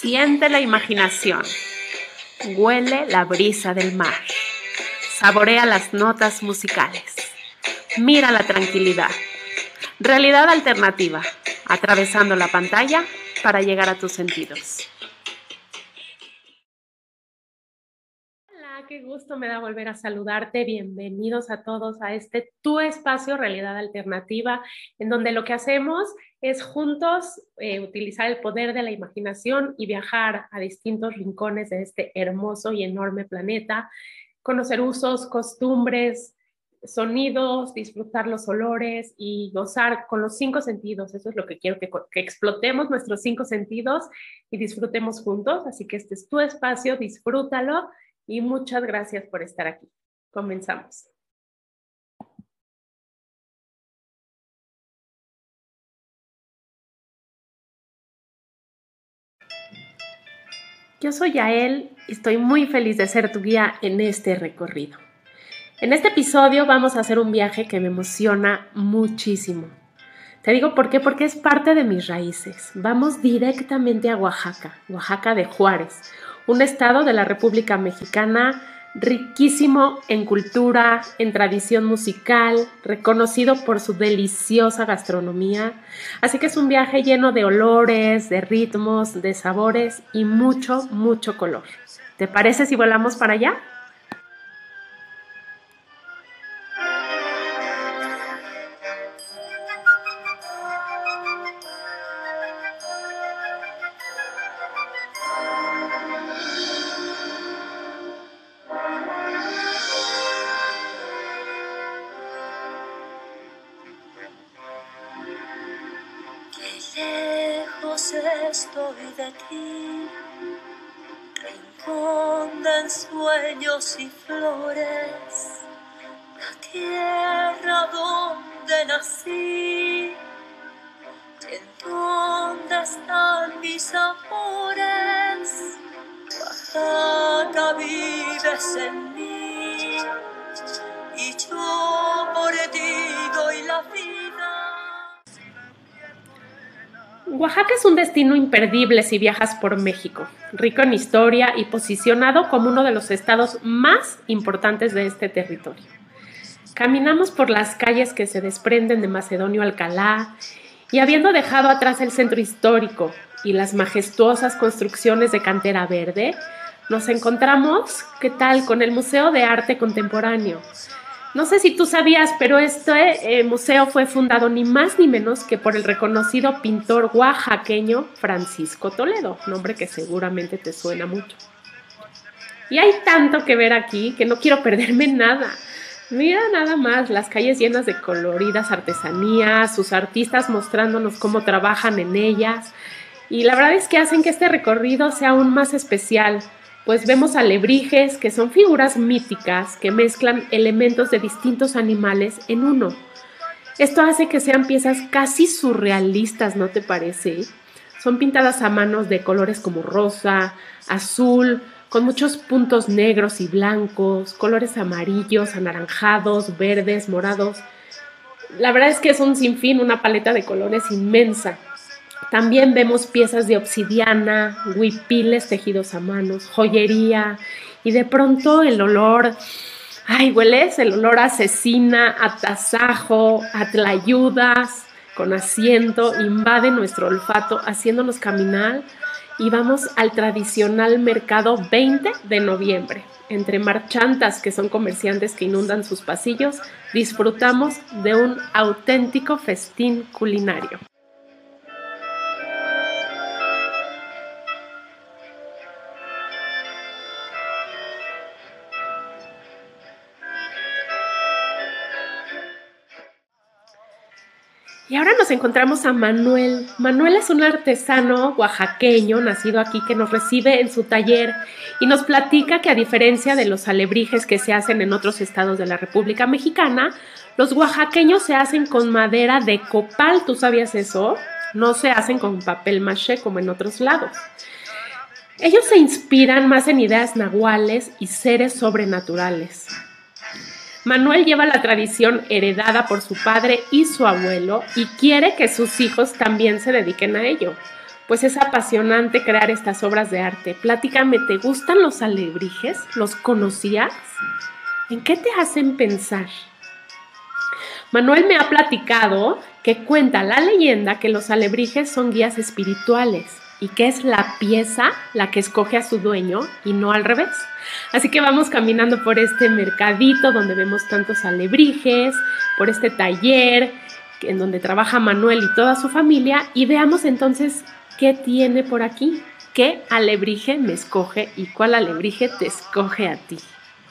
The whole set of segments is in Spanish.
Siente la imaginación. Huele la brisa del mar. Saborea las notas musicales. Mira la tranquilidad. Realidad alternativa, atravesando la pantalla para llegar a tus sentidos. Hola, qué gusto me da volver a saludarte. Bienvenidos a todos a este tu espacio Realidad Alternativa, en donde lo que hacemos es juntos utilizar el poder de la imaginación y viajar a distintos rincones de este hermoso y enorme planeta, conocer usos, costumbres, sonidos, disfrutar los olores y gozar con los 5 sentidos. Eso es lo que quiero, que explotemos nuestros 5 sentidos y disfrutemos juntos. Así que este es tu espacio, disfrútalo y muchas gracias por estar aquí. Comenzamos. Yo soy Yael y estoy muy feliz de ser tu guía en este recorrido. En este episodio vamos a hacer un viaje que me emociona muchísimo. Te digo por qué, porque es parte de mis raíces. Vamos directamente a Oaxaca, Oaxaca de Juárez, un estado de la República Mexicana riquísimo en cultura, en tradición musical, reconocido por su deliciosa gastronomía. Así que es un viaje lleno de olores, de ritmos, de sabores y mucho, mucho color. ¿Te parece si volamos para allá? Estoy de ti, rincón de ensueños y flores, la tierra donde nací, en donde están mis amores. Oaxaca, vives en mí y yo por ti doy la vida. Oaxaca es un destino imperdible si viajas por México, rico en historia y posicionado como uno de los estados más importantes de este territorio. Caminamos por las calles que se desprenden de Macedonio Alcalá y habiendo dejado atrás el centro histórico y las majestuosas construcciones de cantera verde, nos encontramos, ¿qué tal?, con el Museo de Arte Contemporáneo. No sé si tú sabías, pero este museo fue fundado ni más ni menos que por el reconocido pintor oaxaqueño Francisco Toledo, nombre que seguramente te suena mucho. Y hay tanto que ver aquí que no quiero perderme nada. Mira nada más las calles llenas de coloridas artesanías, sus artistas mostrándonos cómo trabajan en ellas. Y la verdad es que hacen que este recorrido sea aún más especial, pues vemos alebrijes que son figuras míticas que mezclan elementos de distintos animales en uno. Esto hace que sean piezas casi surrealistas, ¿no te parece? Son pintadas a manos de colores como rosa, azul, con muchos puntos negros y blancos, colores amarillos, anaranjados, verdes, morados. La verdad es que es un sinfín, una paleta de colores inmensa. También vemos piezas de obsidiana, huipiles tejidos a manos, joyería y de pronto el olor, ¡ay, hueles! El olor a cecina, a tasajo, a tlayudas con asiento, invade nuestro olfato haciéndonos caminar y vamos al tradicional mercado 20 de noviembre. Entre marchantas que son comerciantes que inundan sus pasillos, disfrutamos de un auténtico festín culinario. Y ahora nos encontramos a Manuel. Manuel es un artesano oaxaqueño, nacido aquí, que nos recibe en su taller y nos platica que a diferencia de los alebrijes que se hacen en otros estados de la República Mexicana, los oaxaqueños se hacen con madera de copal. ¿Tú sabías eso? No se hacen con papel maché como en otros lados. Ellos se inspiran más en ideas nahuales y seres sobrenaturales. Manuel lleva la tradición heredada por su padre y su abuelo y quiere que sus hijos también se dediquen a ello. pues es apasionante crear estas obras de arte. Platícame, ¿te gustan los alebrijes? ¿Los conocías? ¿En qué te hacen pensar? Manuel me ha platicado que cuenta la leyenda que los alebrijes son guías espirituales y que es la pieza la que escoge a su dueño y no al revés. Así que vamos caminando por este mercadito donde vemos tantos alebrijes, por este taller en donde trabaja Manuel y toda su familia, y veamos entonces qué tiene por aquí, qué alebrije me escoge y cuál alebrije te escoge a ti.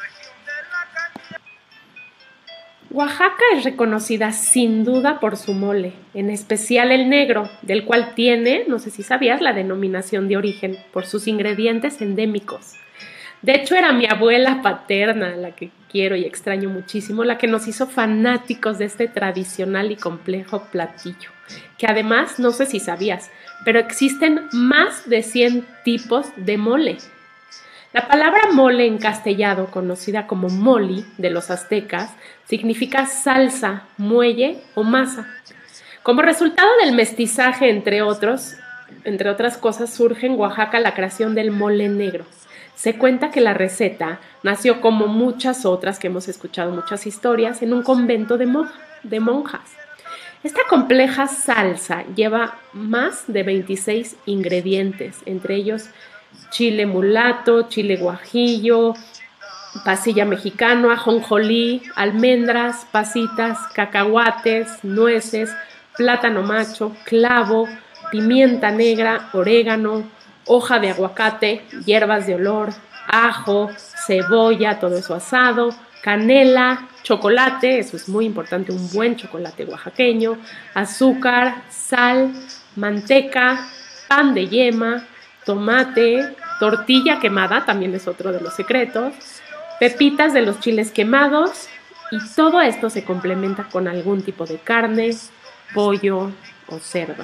Oaxaca es reconocida sin duda por su mole, en especial el negro, del cual tiene, no sé si sabías, la denominación de origen por sus ingredientes endémicos. De hecho, era mi abuela paterna, la que quiero y extraño muchísimo, la que nos hizo fanáticos de este tradicional y complejo platillo, que además, no sé si sabías, pero existen más de 100 tipos de mole. La palabra mole en castellano, conocida como moli de los aztecas, significa salsa, muelle o masa. Como resultado del mestizaje, entre otras cosas, surge en Oaxaca la creación del mole negro. Se cuenta que la receta nació, como muchas otras que hemos escuchado muchas historias, en un convento de monjas. Esta compleja salsa lleva más de 26 ingredientes, entre ellos chile mulato, chile guajillo, pasilla mexicano, ajonjolí, almendras, pasitas, cacahuates, nueces, plátano macho, clavo, pimienta negra, orégano, hoja de aguacate, hierbas de olor, ajo, cebolla, todo eso asado, canela, chocolate, eso es muy importante, un buen chocolate oaxaqueño, azúcar, sal, manteca, pan de yema, tomate, tortilla quemada, también es otro de los secretos, pepitas de los chiles quemados, y todo esto se complementa con algún tipo de carne, pollo o cerdo.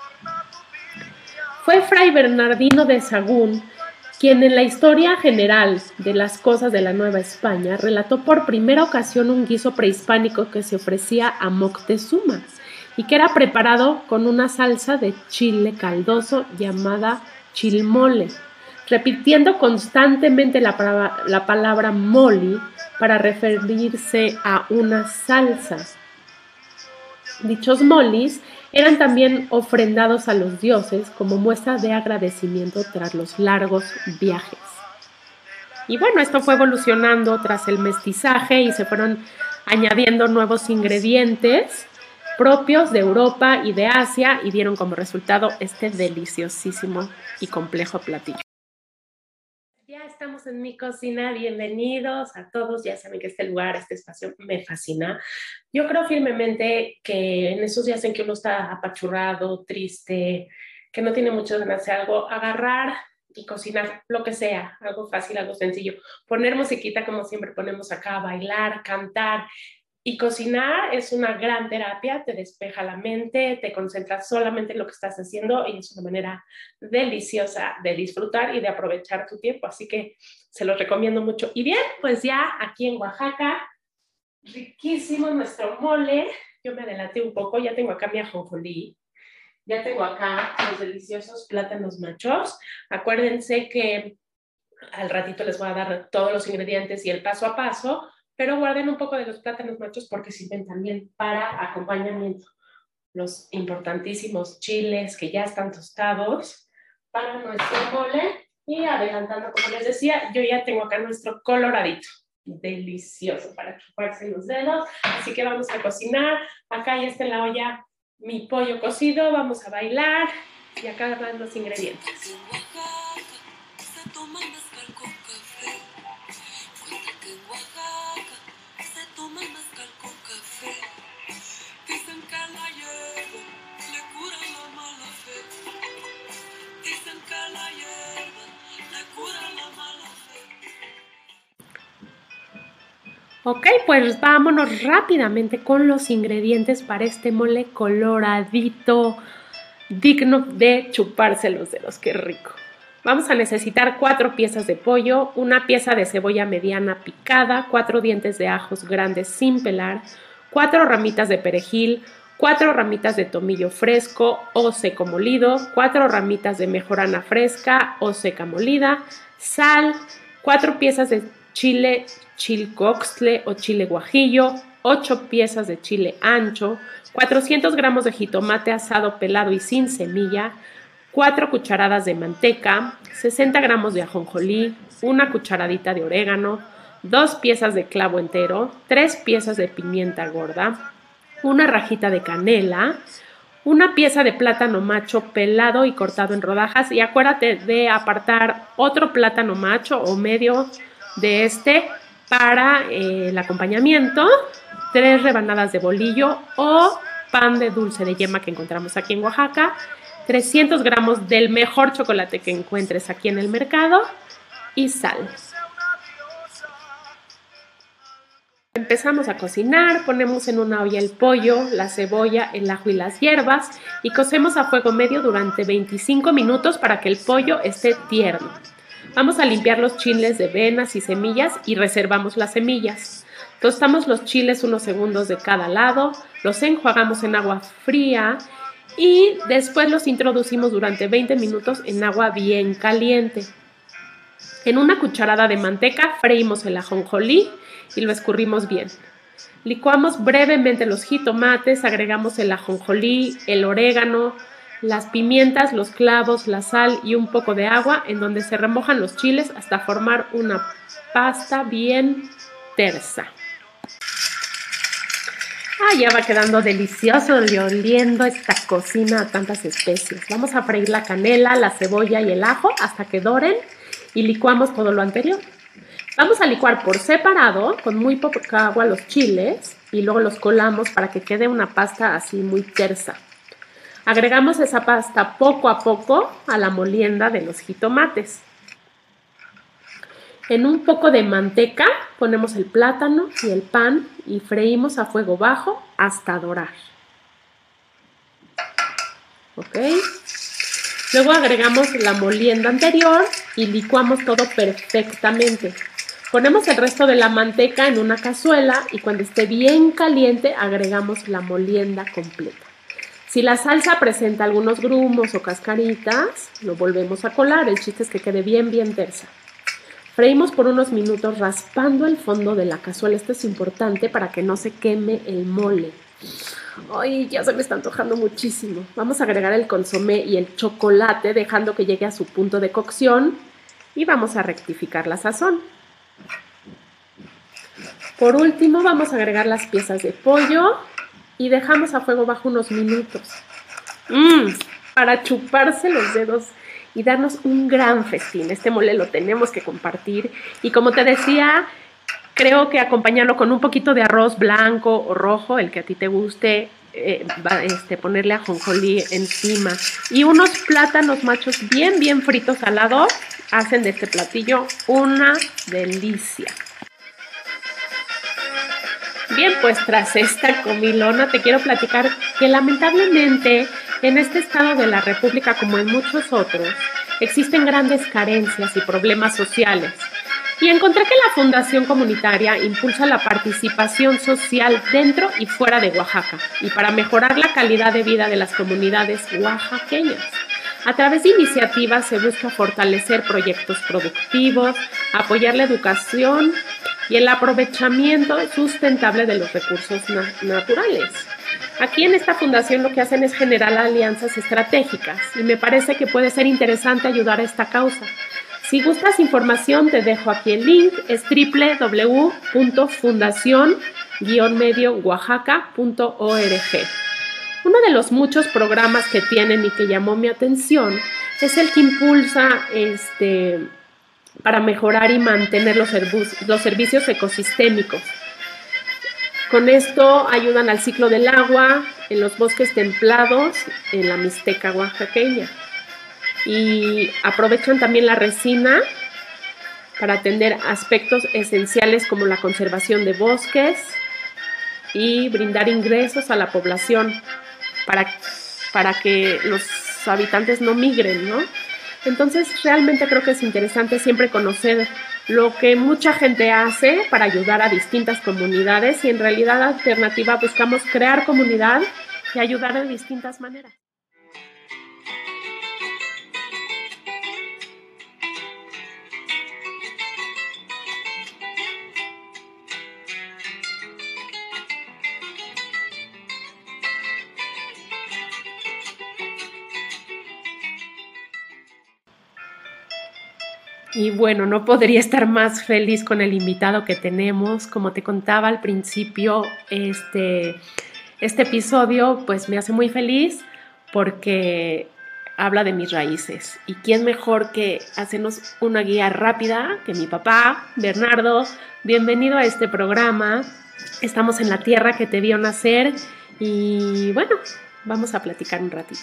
Fue Fray Bernardino de Sahagún quien en la historia general de las cosas de la Nueva España relató por primera ocasión un guiso prehispánico que se ofrecía a Moctezuma y que era preparado con una salsa de chile caldoso llamada chilmole, repitiendo constantemente la palabra moli para referirse a una salsa. Dichos molis eran también ofrendados a los dioses como muestra de agradecimiento tras los largos viajes. Y bueno, esto fue evolucionando tras el mestizaje y se fueron añadiendo nuevos ingredientes propios de Europa y de Asia y dieron como resultado este deliciosísimo y complejo platillo. Ya estamos en mi cocina, bienvenidos a todos, ya saben que este lugar, este espacio me fascina. Yo creo firmemente que en esos días en que uno está apachurrado, triste, que no tiene muchas ganas de hacer algo, agarrar y cocinar lo que sea, algo fácil, algo sencillo, poner musiquita como siempre ponemos acá, bailar, cantar. Y cocinar es una gran terapia, te despeja la mente, te concentras solamente en lo que estás haciendo y es una manera deliciosa de disfrutar y de aprovechar tu tiempo, así que se los recomiendo mucho. Y bien, pues ya aquí en Oaxaca, riquísimo nuestro mole. Yo me adelanté un poco, ya tengo acá mi ajonjolí, ya tengo acá los deliciosos plátanos machos. Acuérdense que al ratito les voy a dar todos los ingredientes y el paso a paso, pero guarden un poco de los plátanos machos porque sirven también para acompañamiento. Los importantísimos chiles que ya están tostados para nuestro mole. Y adelantando, como les decía, yo ya tengo acá nuestro coloradito. Delicioso para chuparse los dedos. Así que vamos a cocinar. Acá ya está en la olla mi pollo cocido. Vamos a bailar. Y acá van los ingredientes. Ok, pues vámonos rápidamente con los ingredientes para este mole coloradito, digno de chuparse los dedos, qué rico. Vamos a necesitar 4 piezas de pollo, una pieza de cebolla mediana picada, 4 dientes de ajos grandes sin pelar, 4 ramitas de perejil, 4 ramitas de tomillo fresco o seco molido, 4 ramitas de mejorana fresca o seca molida, sal, 4 piezas de chile chilcoxtle o chile guajillo, 8 piezas de chile ancho, 400 gramos de jitomate asado pelado y sin semilla, 4 cucharadas de manteca, 60 gramos de ajonjolí, 1 cucharadita de orégano, 2 piezas de clavo entero, 3 piezas de pimienta gorda, 1 rajita de canela, 1 pieza de plátano macho pelado y cortado en rodajas, y acuérdate de apartar otro plátano macho o medio de este para el acompañamiento, 3 rebanadas de bolillo o pan de dulce de yema que encontramos aquí en Oaxaca, 300 gramos del mejor chocolate que encuentres aquí en el mercado y sal. Empezamos a cocinar, ponemos en una olla el pollo, la cebolla, el ajo y las hierbas y cocemos a fuego medio durante 25 minutos para que el pollo esté tierno. Vamos a limpiar los chiles de venas y semillas y reservamos las semillas. Tostamos los chiles unos segundos de cada lado, los enjuagamos en agua fría y después los introducimos durante 20 minutos en agua bien caliente. En una cucharada de manteca freímos el ajonjolí y lo escurrimos bien. Licuamos brevemente los jitomates, agregamos el ajonjolí, el orégano, las pimientas, los clavos, la sal y un poco de agua en donde se remojan los chiles hasta formar una pasta bien tersa. Ya va quedando delicioso, oliendo esta cocina a tantas especies. Vamos a freír la canela, la cebolla y el ajo hasta que doren y licuamos todo lo anterior. Vamos a licuar por separado con muy poca agua los chiles y luego los colamos para que quede una pasta así muy tersa. Agregamos esa pasta poco a poco a la molienda de los jitomates. En un poco de manteca ponemos el plátano y el pan y freímos a fuego bajo hasta dorar. ¿Ok? Luego agregamos la molienda anterior y licuamos todo perfectamente. Ponemos el resto de la manteca en una cazuela y cuando esté bien caliente agregamos la molienda completa. Si la salsa presenta algunos grumos o cascaritas, lo volvemos a colar. El chiste es que quede bien tersa. Freímos por unos minutos raspando el fondo de la cazuela. Esto es importante para que no se queme el mole. ¡Ay, ya se me está antojando muchísimo! Vamos a agregar el consomé y el chocolate dejando que llegue a su punto de cocción y vamos a rectificar la sazón. Por último vamos a agregar las piezas de pollo y dejamos a fuego bajo unos minutos para chuparse los dedos y darnos un gran festín. Este mole lo tenemos que compartir y como te decía, creo que acompañarlo con un poquito de arroz blanco o rojo, el que a ti te guste, ponerle ajonjolí encima y unos plátanos machos bien fritos al lado, hacen de este platillo una delicia. Bien, pues tras esta comilona te quiero platicar que lamentablemente en este estado de la República, como en muchos otros, existen grandes carencias y problemas sociales. Y encontré que la Fundación Comunitaria impulsa la participación social dentro y fuera de Oaxaca y para mejorar la calidad de vida de las comunidades oaxaqueñas. A través de iniciativas se busca fortalecer proyectos productivos, apoyar la educación y el aprovechamiento sustentable de los recursos naturales. Aquí en esta fundación lo que hacen es generar alianzas estratégicas y me parece que puede ser interesante ayudar a esta causa. Si gustas información, te dejo aquí el link, es www.fundacion-medioaxaca.org. Uno de los muchos programas que tienen y que llamó mi atención es el que impulsa para mejorar y mantener los servicios ecosistémicos. Con esto ayudan al ciclo del agua en los bosques templados en la Mixteca oaxaqueña. Y aprovechan también la resina para atender aspectos esenciales como la conservación de bosques y brindar ingresos a la población para que los habitantes no migren, ¿no? Entonces realmente creo que es interesante siempre conocer lo que mucha gente hace para ayudar a distintas comunidades y en realidad Alternativa buscamos crear comunidad y ayudar de distintas maneras. Y bueno, no podría estar más feliz con el invitado que tenemos. Como te contaba al principio, este episodio pues me hace muy feliz porque habla de mis raíces. ¿Y quién mejor que hacernos una guía rápida que mi papá, Bernardo? Bienvenido a este programa. Estamos en la tierra que te vio nacer y bueno, vamos a platicar un ratito.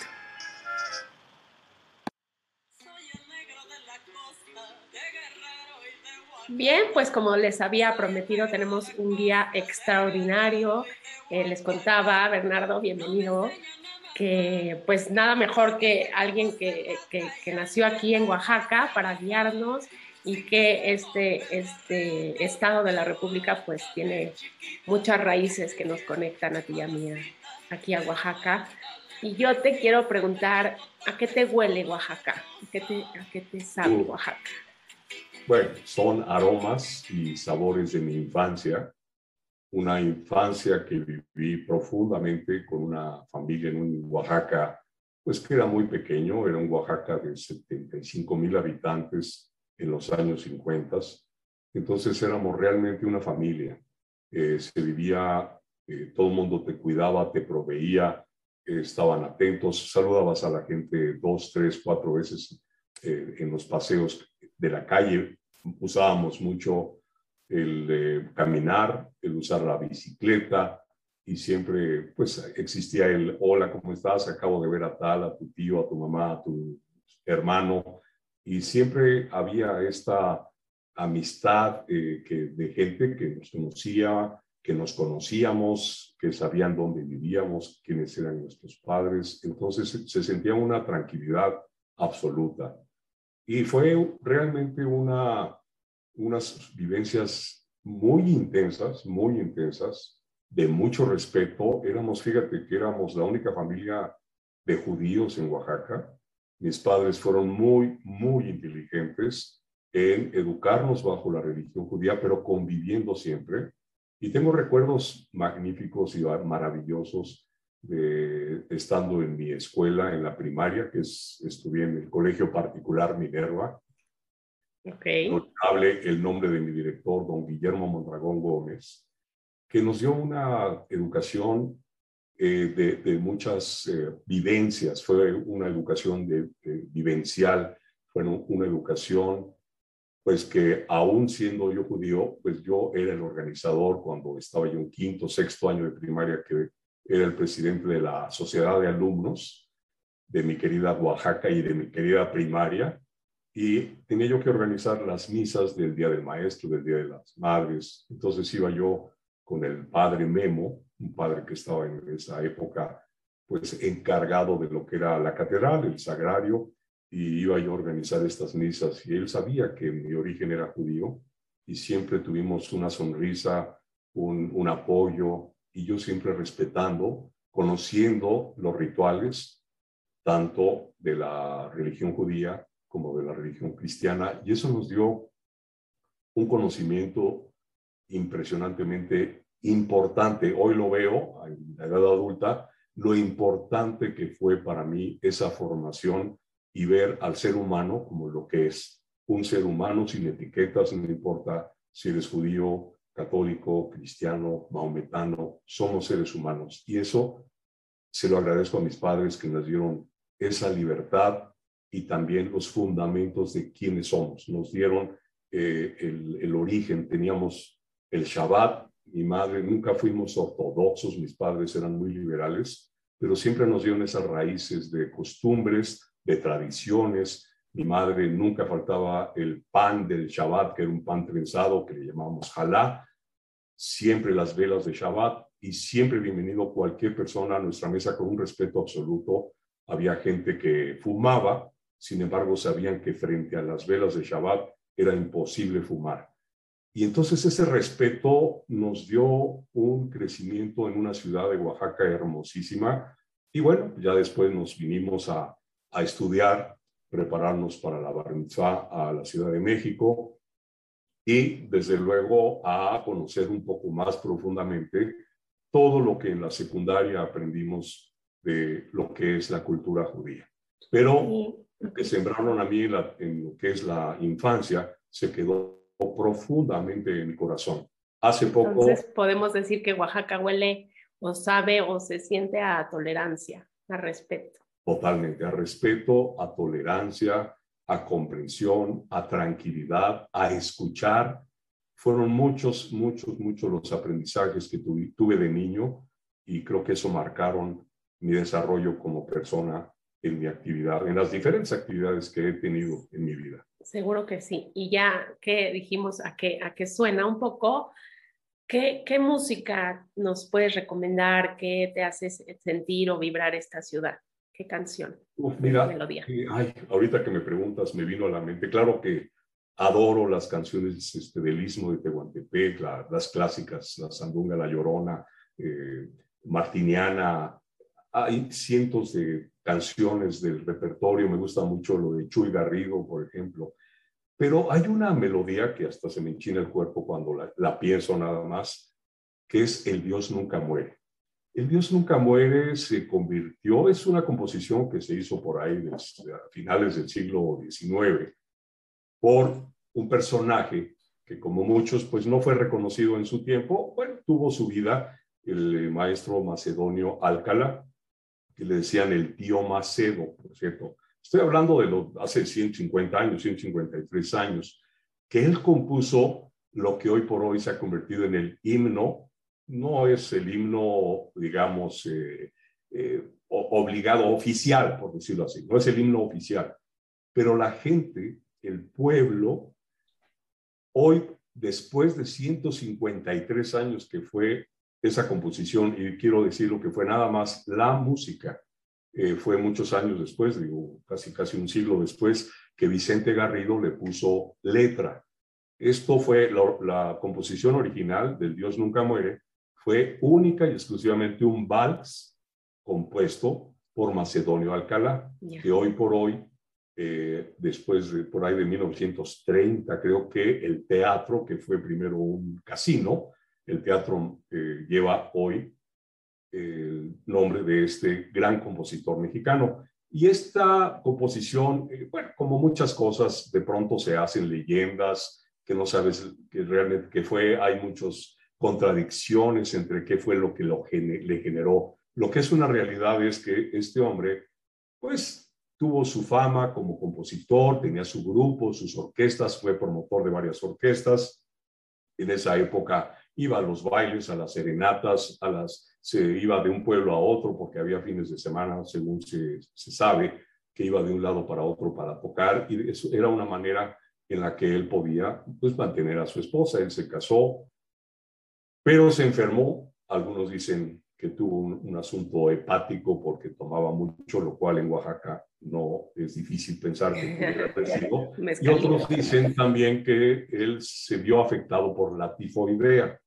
Bien, pues como les había prometido, tenemos un guía extraordinario. Les contaba, Bernardo, bienvenido, que pues nada mejor que alguien que nació aquí en Oaxaca para guiarnos y que este estado de la República pues tiene muchas raíces que nos conectan a ti y a mí aquí a Oaxaca. Y yo te quiero preguntar, ¿a qué te huele Oaxaca? ¿A qué te sabe Oaxaca? Bueno, son aromas y sabores de mi infancia, una infancia que viví profundamente con una familia en un Oaxaca, pues que era muy pequeño, era un Oaxaca de 75,000 habitantes en los años 50. Entonces éramos realmente una familia. Se vivía, todo el mundo te cuidaba, te proveía, estaban atentos, saludabas a la gente 2, 3, 4 veces en los paseos de la calle. Usábamos mucho el caminar, el usar la bicicleta y siempre pues existía el hola, ¿cómo estás? Acabo de ver a tal, a tu tío, a tu mamá, a tu hermano, y siempre había esta amistad de gente que nos conocía, que nos conocíamos, que sabían dónde vivíamos, quiénes eran nuestros padres. Entonces se sentía una tranquilidad absoluta. Y fue realmente unas vivencias muy intensas, de mucho respeto. Fíjate que éramos la única familia de judíos en Oaxaca. Mis padres fueron muy, muy inteligentes en educarnos bajo la religión judía, pero conviviendo siempre. Y tengo recuerdos magníficos y maravillosos estando en mi escuela, en la primaria, estudié en el colegio particular Minerva. Okay. Notable el nombre de mi director, don Guillermo Mondragón Gómez, que nos dio una educación de muchas vivencias. Fue una educación vivencial, fue una educación pues que aún siendo yo judío, pues yo era el organizador cuando estaba yo en quinto, sexto año de primaria, que era el presidente de la sociedad de alumnos de mi querida Oaxaca y de mi querida primaria, y tenía yo que organizar las misas del Día del Maestro, del Día de las Madres. Entonces iba yo con el padre Memo, un padre que estaba en esa época pues encargado de lo que era la catedral, el sagrario, y iba yo a organizar estas misas, y él sabía que mi origen era judío, y siempre tuvimos una sonrisa, un apoyo, y yo siempre respetando, conociendo los rituales, tanto de la religión judía como de la religión cristiana, y eso nos dio un conocimiento impresionantemente importante. Hoy lo veo, en la edad adulta, lo importante que fue para mí esa formación y ver al ser humano como lo que es, un ser humano sin etiquetas, no importa si eres judío, católico, cristiano, maometano, somos seres humanos. Y eso se lo agradezco a mis padres que nos dieron esa libertad y también los fundamentos de quiénes somos. Nos dieron el origen, teníamos el Shabbat. Mi madre, nunca fuimos ortodoxos, mis padres eran muy liberales, pero siempre nos dieron esas raíces de costumbres, de tradiciones. Mi madre nunca faltaba el pan del Shabbat, que era un pan trenzado que le llamábamos jalá, siempre las velas de Shabbat, y siempre bienvenido cualquier persona a nuestra mesa con un respeto absoluto. Había gente que fumaba, sin embargo sabían que frente a las velas de Shabbat era imposible fumar. Y entonces ese respeto nos dio un crecimiento en una ciudad de Oaxaca hermosísima. Y bueno, ya después nos vinimos a estudiar, prepararnos para la Bar Mitzvah a la Ciudad de México y desde luego a conocer un poco más profundamente todo lo que en la secundaria aprendimos de lo que es la cultura judía. Pero lo que sembraron a mí en lo que es la infancia se quedó profundamente en mi corazón. Hace poco... Entonces podemos decir que Oaxaca huele o sabe o se siente a tolerancia, a respeto. Totalmente, a respeto, a tolerancia, a comprensión, a tranquilidad, a escuchar. Fueron muchos los aprendizajes que tuve de niño y creo que eso marcaron mi desarrollo como persona en mi actividad, en las diferentes actividades que he tenido en mi vida. Seguro que sí. Y ya que dijimos a qué suena un poco, ¿qué música nos puedes recomendar? ¿Qué te hace sentir o vibrar esta ciudad? ¿Qué canción? Mira, melodía. Ahorita que me preguntas me vino a la mente, claro que adoro las canciones del Istmo de Tehuantepec, las clásicas, la Sandunga, la Llorona, Martiniana. Hay cientos de canciones del repertorio, me gusta mucho lo de Chuy Garrido, por ejemplo. Pero hay una melodía que hasta se me enchina el cuerpo cuando la pienso nada más, que es El Dios Nunca Muere. El Dios Nunca Muere se convirtió, es una composición que se hizo por ahí a finales del siglo XIX por un personaje que como muchos pues no fue reconocido en su tiempo. Bueno, tuvo su vida el maestro macedonio Alcalá, que le decían el tío Macedo, por cierto. Estoy hablando de hace 150 años, 153 años, que él compuso lo que hoy por hoy se ha convertido en el himno. No es el himno, digamos, obligado, oficial, por decirlo así. No es el himno oficial. Pero la gente, el pueblo, hoy, después de 153 años que fue esa composición, y quiero decir lo que fue nada más la música, fue muchos años después, digo, casi un siglo después, que Vicente Garrido le puso letra. Esto fue la composición original del Dios Nunca Muere, fue única y exclusivamente un vals compuesto por Macedonio Alcalá, que hoy por hoy, después de por ahí de 1930, creo que el teatro, que fue primero un casino, el teatro lleva hoy el nombre de este gran compositor mexicano. Y esta composición, bueno, como muchas cosas, de pronto se hacen leyendas que no sabes que realmente qué fue. Hay muchas contradicciones entre qué fue lo que le generó. Lo que es una realidad es que este hombre, pues, tuvo su fama como compositor, tenía su grupo, sus orquestas, fue promotor de varias orquestas. En esa época iba a los bailes, a las serenatas, se iba de un pueblo a otro porque había fines de semana, según se sabe, que iba de un lado para otro para tocar, y eso era una manera en la que él podía pues mantener a su esposa. Él se casó, pero se enfermó. Algunos dicen que tuvo un asunto hepático porque tomaba mucho, lo cual en Oaxaca no es difícil pensar que pudiera haber sido. Y otros dicen también que él se vio afectado por la tifoidea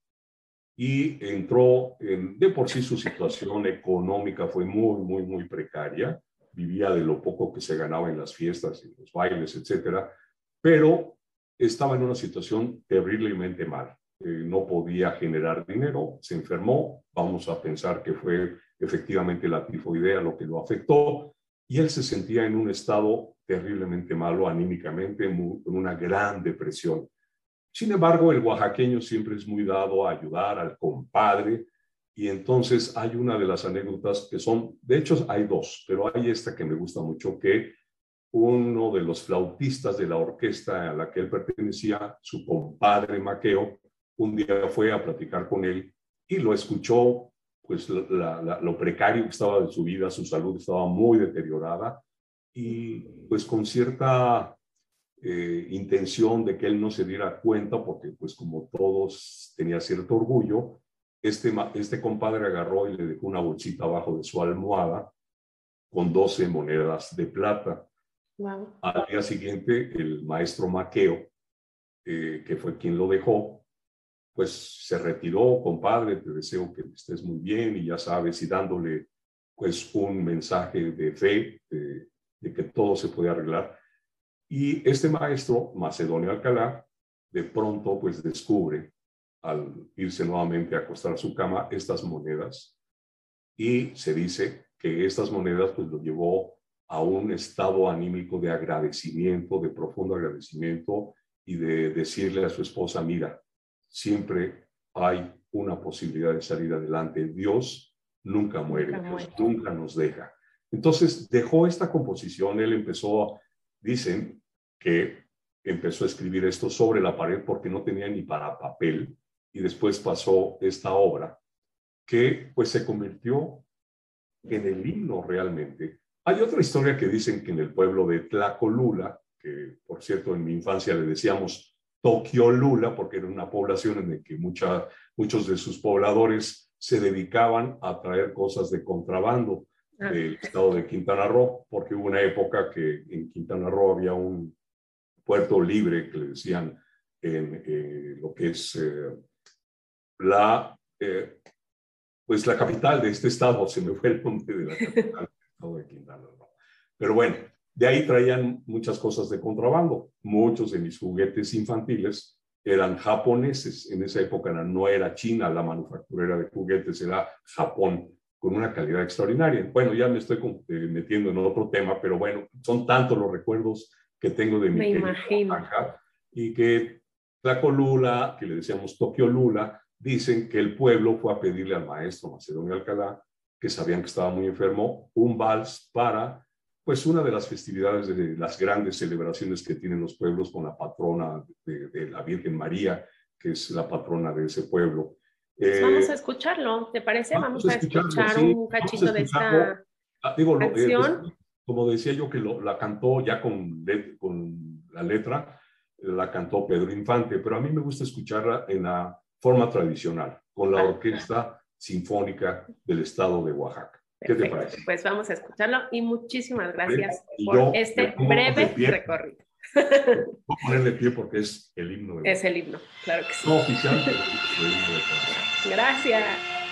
y entró de por sí su situación económica fue muy precaria. Vivía de lo poco que se ganaba en las fiestas, en los bailes, etcétera, pero estaba en una situación terriblemente mal. No podía generar dinero, se enfermó. Vamos a pensar que fue efectivamente la tifoidea lo que lo afectó, y él se sentía en un estado terriblemente malo anímicamente, con una gran depresión. Sin embargo, el oaxaqueño siempre es muy dado a ayudar al compadre, y entonces hay una de las anécdotas que son, de hecho hay dos, pero hay esta que me gusta mucho, que uno de los flautistas de la orquesta a la que él pertenecía, su compadre Maqueo, un día fue a platicar con él y lo escuchó, pues lo precario que estaba de su vida, su salud estaba muy deteriorada, y pues con cierta intención de que él no se diera cuenta, porque pues como todos tenía cierto orgullo, este compadre agarró y le dejó una bolsita abajo de su almohada con 12 monedas de plata. Wow. Al día siguiente, el maestro Maqueo, que fue quien lo dejó, pues se retiró, compadre, te deseo que estés muy bien y ya sabes, y dándole pues un mensaje de fe, de que todo se puede arreglar. Y este maestro, Macedonio Alcalá, de pronto pues descubre, al irse nuevamente a acostar a su cama, estas monedas, y se dice que estas monedas pues lo llevó a un estado anímico de agradecimiento, de profundo agradecimiento, y de decirle a su esposa, mira, siempre hay una posibilidad de salir adelante. Dios nunca muere, Dios nunca nos deja. Entonces dejó esta composición, él empezó, dicen que empezó a escribir esto sobre la pared porque no tenía ni para papel, y después pasó esta obra que pues se convirtió en el himno realmente. Hay otra historia que dicen que en el pueblo de Tlacolula, que por cierto en mi infancia le decíamos Toquiolula, porque era una población en la que muchos de sus pobladores se dedicaban a traer cosas de contrabando del estado de Quintana Roo, porque hubo una época que en Quintana Roo había un puerto libre que le decían en lo que es pues la capital de este estado, se me fue el nombre de la capital del estado de Quintana Roo. Pero bueno, de ahí traían muchas cosas de contrabando. Muchos de mis juguetes infantiles eran japoneses. En esa época no era China la manufacturera de juguetes, era Japón, con una calidad extraordinaria. Bueno, ya me estoy metiendo en otro tema, pero bueno, son tantos los recuerdos que tengo de mi querida Oaxaca, y que Tlacolula, que le decíamos Toquiolula, dicen que el pueblo fue a pedirle al maestro Macedonio Alcalá, que sabían que estaba muy enfermo, un vals para pues una de las festividades de las grandes celebraciones que tienen los pueblos con la patrona de la Virgen María, que es la patrona de ese pueblo. Vamos a escucharlo, ¿te parece? Vamos a escuchar sí, un cachito de esta canción. Como decía yo, que la cantó ya con la letra, la cantó Pedro Infante, pero a mí me gusta escucharla en la forma tradicional, con la Orquesta Sinfónica del Estado de Oaxaca. ¿Qué te parece? Pues vamos a escucharlo y muchísimas gracias por este breve recorrido. Voy a ponerle pie porque es el himno. Es el himno, claro que sí. No oficial, pero es el himno de Oaxaca. Gracias.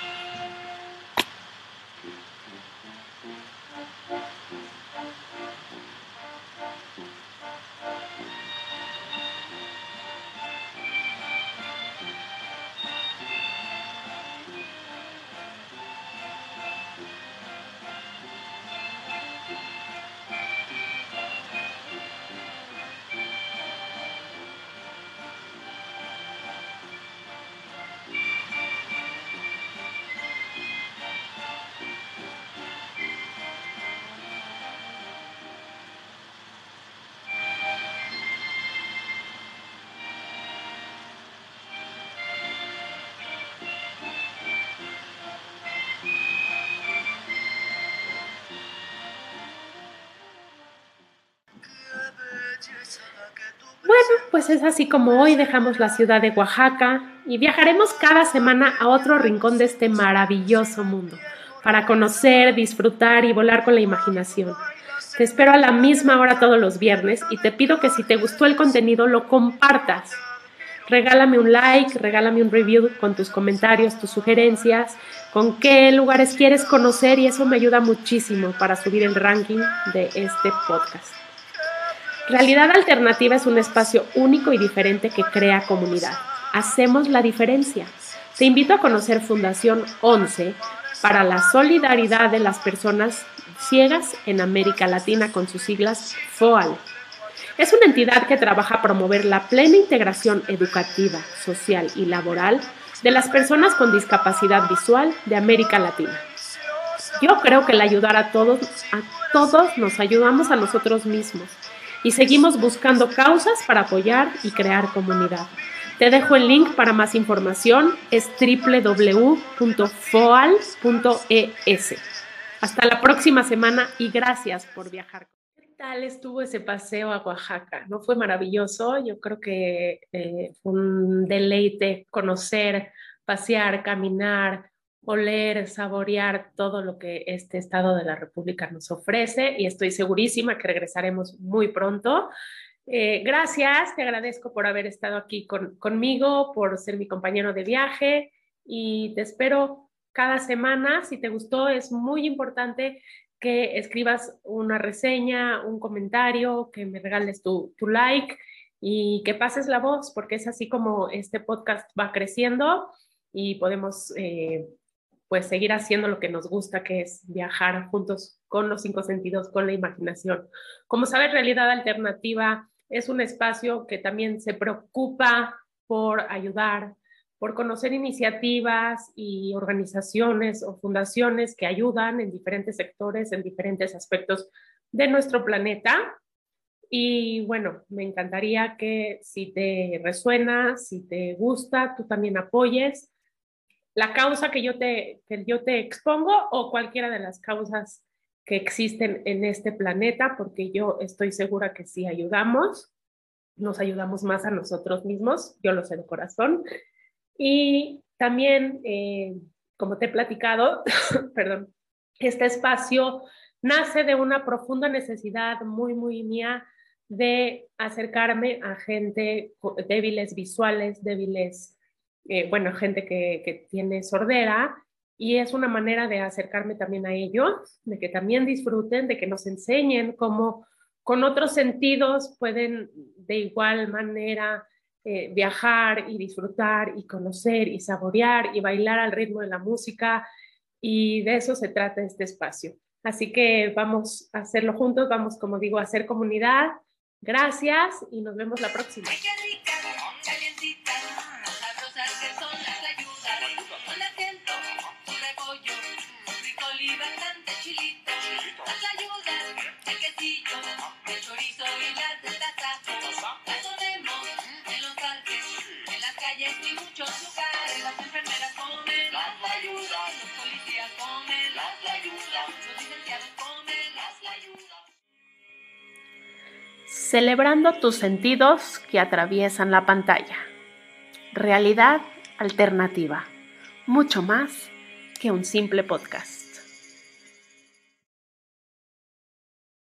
Bueno, pues es así como hoy dejamos la ciudad de Oaxaca y viajaremos cada semana a otro rincón de este maravilloso mundo para conocer, disfrutar y volar con la imaginación. Te espero a la misma hora todos los viernes y te pido que si te gustó el contenido lo compartas. Regálame un like, regálame un review con tus comentarios, tus sugerencias, con qué lugares quieres conocer, y eso me ayuda muchísimo para subir el ranking de este podcast. Realidad Alternativa es un espacio único y diferente que crea comunidad. Hacemos la diferencia. Te invito a conocer Fundación 11 para la solidaridad de las personas ciegas en América Latina, con sus siglas FOAL. Es una entidad que trabaja a promover la plena integración educativa, social y laboral de las personas con discapacidad visual de América Latina. Yo creo que el ayudar a todos nos ayudamos a nosotros mismos y seguimos buscando causas para apoyar y crear comunidad. Te dejo el link para más información, es www.foal.es. Hasta la próxima semana y gracias por viajar. ¿Qué tal estuvo ese paseo a Oaxaca? ¿No fue maravilloso? Yo creo que fue un deleite conocer, pasear, caminar, oler, saborear todo lo que este estado de la República nos ofrece, y estoy segurísima que regresaremos muy pronto. Gracias, te agradezco por haber estado aquí conmigo, por ser mi compañero de viaje y te espero cada semana. Si te gustó, es muy importante que escribas una reseña, un comentario, que me regales tu like y que pases la voz, porque es así como este podcast va creciendo y podemos pues seguir haciendo lo que nos gusta, que es viajar juntos con los 5 sentidos, con la imaginación. Como sabes, Realidad Alternativa es un espacio que también se preocupa por ayudar, por conocer iniciativas y organizaciones o fundaciones que ayudan en diferentes sectores, en diferentes aspectos de nuestro planeta. Y bueno, me encantaría que si te resuena, si te gusta, tú también apoyes la causa que yo te expongo o cualquiera de las causas que existen en este planeta, porque yo estoy segura que si ayudamos, nos ayudamos más a nosotros mismos, yo lo sé de corazón. Y también, como te he platicado, perdón, este espacio nace de una profunda necesidad muy mía de acercarme a gente débiles visuales, débiles, bueno, gente que tiene sordera, y es una manera de acercarme también a ellos, de que también disfruten, de que nos enseñen cómo con otros sentidos pueden de igual manera viajar y disfrutar y conocer y saborear y bailar al ritmo de la música, y de eso se trata este espacio. Así que vamos a hacerlo juntos, vamos, como digo, a hacer comunidad. Gracias y nos vemos la próxima. Ay, qué rica, calientita, sabrosas que son las ayudas, con asiento, su repollo, frijol y bastante chilito, las ayudas, el quesillo, el chorizo y las de tasajo, las ponemos en los parques, en las calles y muchos lugares, las enfermeras comen las ayudas, los policías comen las ayudas, los licenciados comen las ayudas. Celebrando tus sentidos que atraviesan la pantalla. Realidad Alternativa. Mucho más que un simple podcast.